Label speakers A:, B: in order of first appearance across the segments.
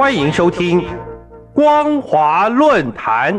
A: 欢迎收听光华论坛。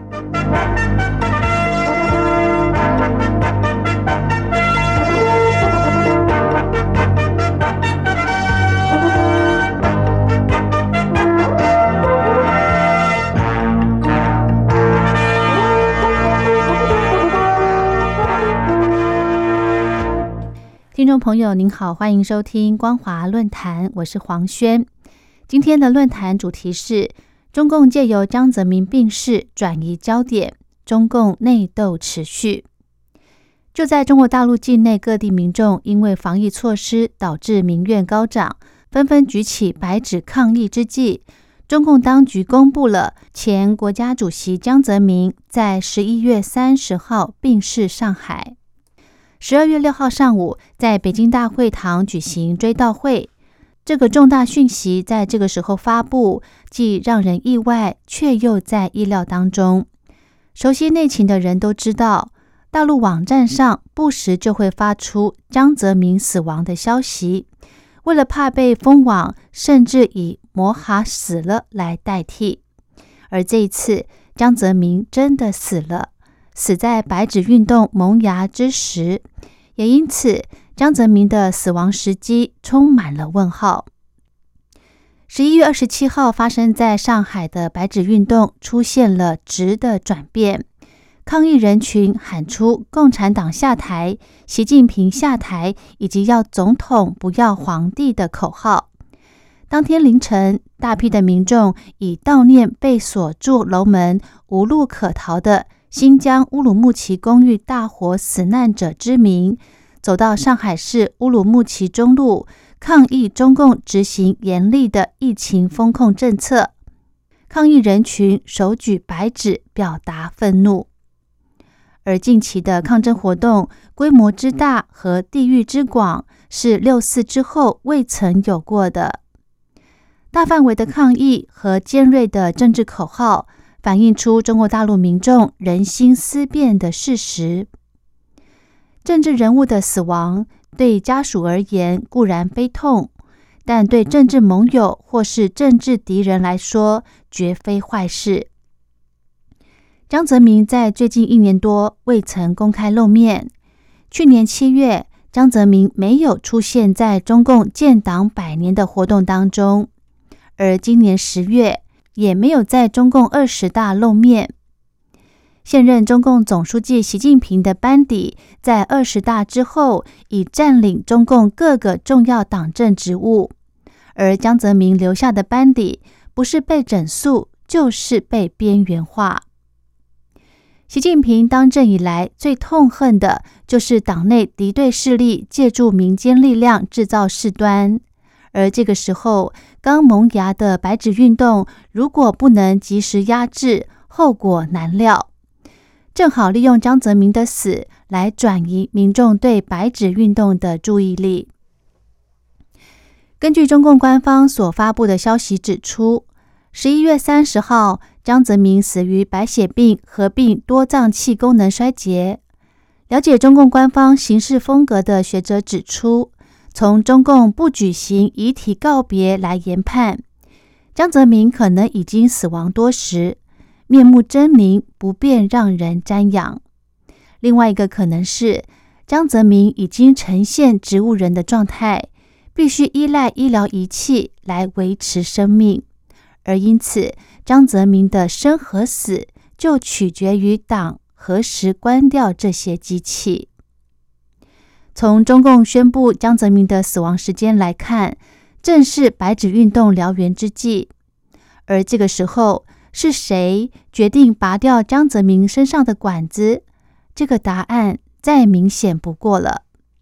B: 听众朋友您好，欢迎收听光华论坛，我是黄轩。今天的论坛主题是中共借由江泽民病逝转移焦点，中共内斗持续。就在中国大陆境内各地民众因为防疫措施导致民怨高涨，纷纷举起白纸抗议之际，中共当局公布了前国家主席江泽民在11月30号病逝上海。12月6号上午，在北京大会堂举行追悼会。这个重大讯息在这个时候发布，既让人意外，却又在意料当中。熟悉内情的人都知道，大陆网站上不时就会发出江泽民死亡的消息，为了怕被封网，甚至以摩哈死了来代替。而这一次，江泽民真的死了，死在白纸运动萌芽之时，也因此江泽民的死亡时机充满了问号。11月27号发生在上海的白纸运动出现了质的转变，抗议人群喊出共产党下台、习近平下台以及要总统不要皇帝的口号。当天凌晨，大批的民众以悼念被锁住楼门无路可逃的新疆乌鲁木齐公寓大火死难者之名，走到上海市乌鲁木齐中路，抗议中共执行严厉的疫情封控政策。抗议人群手举白纸表达愤怒。而近期的抗争活动规模之大和地域之广，是6·4之后未曾有过的。大范围的抗议和尖锐的政治口号，反映出中国大陆民众人心思变的事实。政治人物的死亡对家属而言固然悲痛，但对政治盟友或是政治敌人来说绝非坏事。江泽民在最近1年多未曾公开露面。去年7月，江泽民没有出现在中共建党100年的活动当中，而今年10月也没有在中共20大露面。现任中共总书记习近平的班底在20大之后已占领中共各个重要党政职务，而江泽民留下的班底不是被整肃，就是被边缘化。习近平当政以来最痛恨的就是党内敌对势力借助民间力量制造事端，而这个时候刚萌芽的白纸运动如果不能及时压制，后果难料。正好利用江泽民的死来转移民众对白纸运动的注意力。根据中共官方所发布的消息指出，11月30号，江泽民死于白血病合并多脏器功能衰竭。了解中共官方行事风格的学者指出，从中共不举行遗体告别来研判，江泽民可能已经死亡多时，面目狰狞，不便让人瞻仰。另外一个可能是，江泽民已经呈现植物人的状态，必须依赖医疗仪器来维持生命，而因此江泽民的生和死就取决于党何时关掉这些机器。从中共宣布江泽民的死亡时间来看，正是白纸运动燎原之际，而这个时候是谁决定拔掉江泽民身上的管子？这个答案再明显不过了。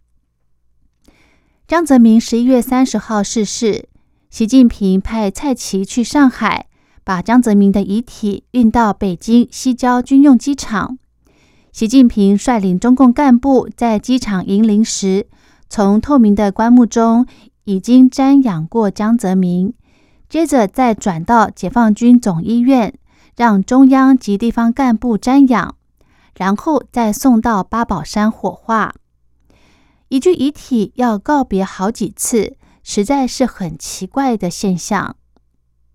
B: 江泽民11月30号逝世，习近平派蔡奇去上海，把江泽民的遗体运到北京西郊军用机场。习近平率领中共干部在机场迎灵时，从透明的棺木中已经瞻仰过江泽民，接着再转到解放军总医院，让中央及地方干部瞻仰，然后再送到八宝山火化。一具遗体要告别好几次，实在是很奇怪的现象。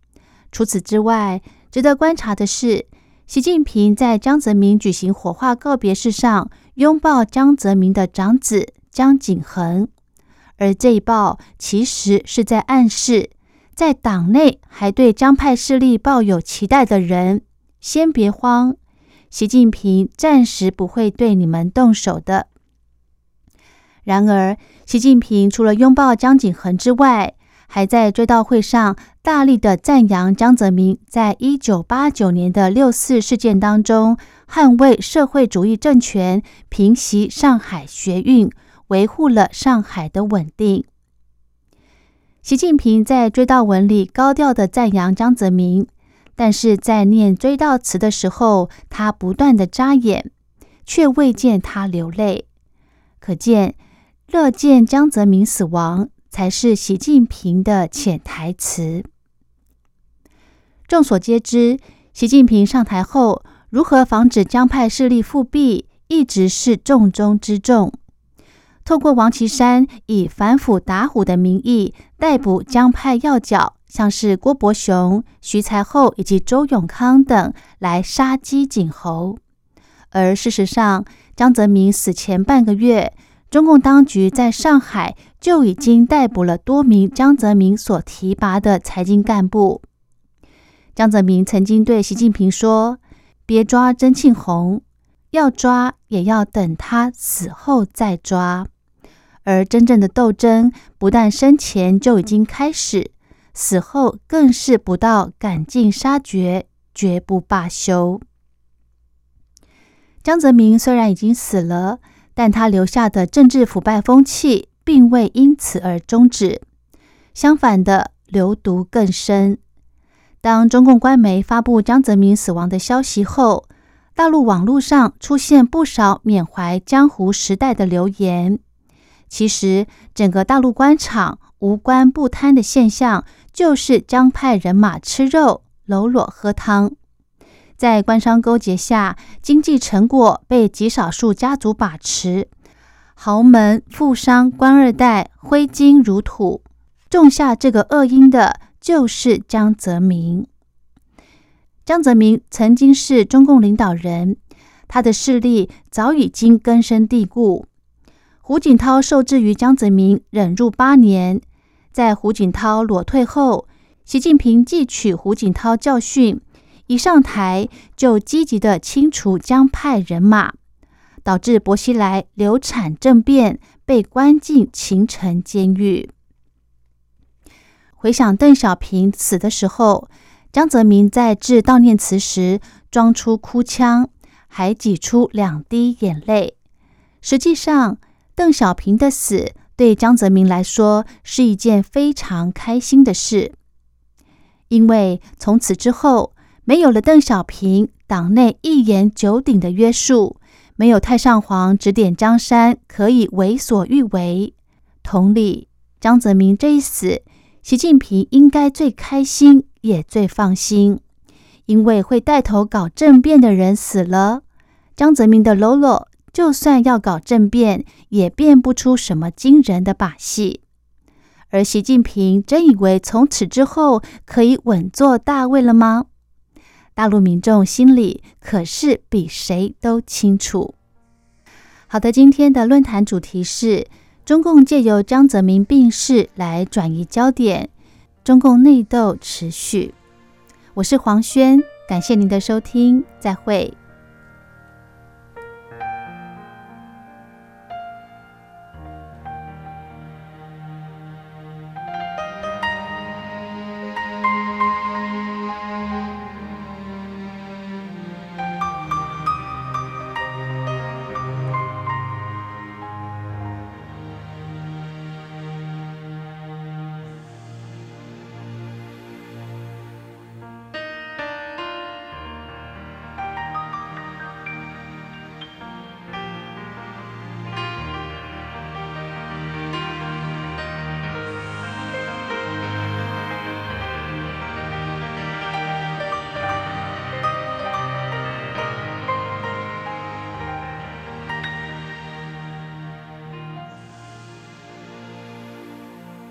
B: 除此之外，值得观察的是，习近平在江泽民举行火化告别式上拥抱江泽民的长子江景恒，而这一抱其实是在暗示，在党内还对江派势力抱有期待的人，先别慌，习近平暂时不会对你们动手的。然而，习近平除了拥抱江景恒之外，还在追悼会上大力的赞扬江泽民在1989年的6·4事件当中捍卫社会主义政权，平息上海学运，维护了上海的稳定。习近平在追悼文里高调的赞扬江泽民，但是在念追悼词的时候，他不断的眨眼，却未见他流泪。可见乐见江泽民死亡才是习近平的潜台词。众所皆知，习近平上台后，如何防止江派势力复辟，一直是重中之重。透过王岐山以反腐打虎的名义逮捕江派要角，像是郭伯雄、徐才厚以及周永康等，来杀鸡儆猴。而事实上，江泽民死前半个月，中共当局在上海就已经逮捕了多名江泽民所提拔的财经干部。江泽民曾经对习近平说：“别抓曾庆红，要抓也要等他死后再抓。”而真正的斗争不但生前就已经开始，死后更是不到赶尽杀绝，绝不罢休。江泽民虽然已经死了，但他留下的政治腐败风气并未因此而终止，相反的，流毒更深。当中共官媒发布江泽民死亡的消息后，大陆网络上出现不少缅怀江湖时代的留言。其实，整个大陆官场无官不贪的现象，就是江派人马吃肉，喽啰喝汤。在官商勾结下，经济成果被极少数家族把持，豪门、富商、官二代挥金如土，种下这个恶因的就是江泽民。江泽民曾经是中共领导人，他的势力早已经根深蒂固。胡锦涛受制于江泽民，忍辱8年。在胡锦涛裸退后，习近平汲取胡锦涛教训，一上台就积极的清除江派人马，导致薄熙来流产政变，被关进秦城监狱。回想邓小平死的时候，江泽民在致悼念词时装出哭腔，还挤出2滴眼泪。实际上，邓小平的死对江泽民来说是一件非常开心的事，因为从此之后，没有了邓小平党内一言九鼎的约束，没有太上皇指点江山可以为所欲为。同理，江泽民这一死，习近平应该最开心也最放心，因为会带头搞政变的人死了，江泽民的喽啰就算要搞政变，也变不出什么惊人的把戏。而习近平真以为从此之后可以稳坐大位了吗？大陆民众心里可是比谁都清楚。好的，今天的论坛主题是中共借由江泽民病逝来转移焦点，中共内斗持续。我是黄轩，感谢您的收听，再会。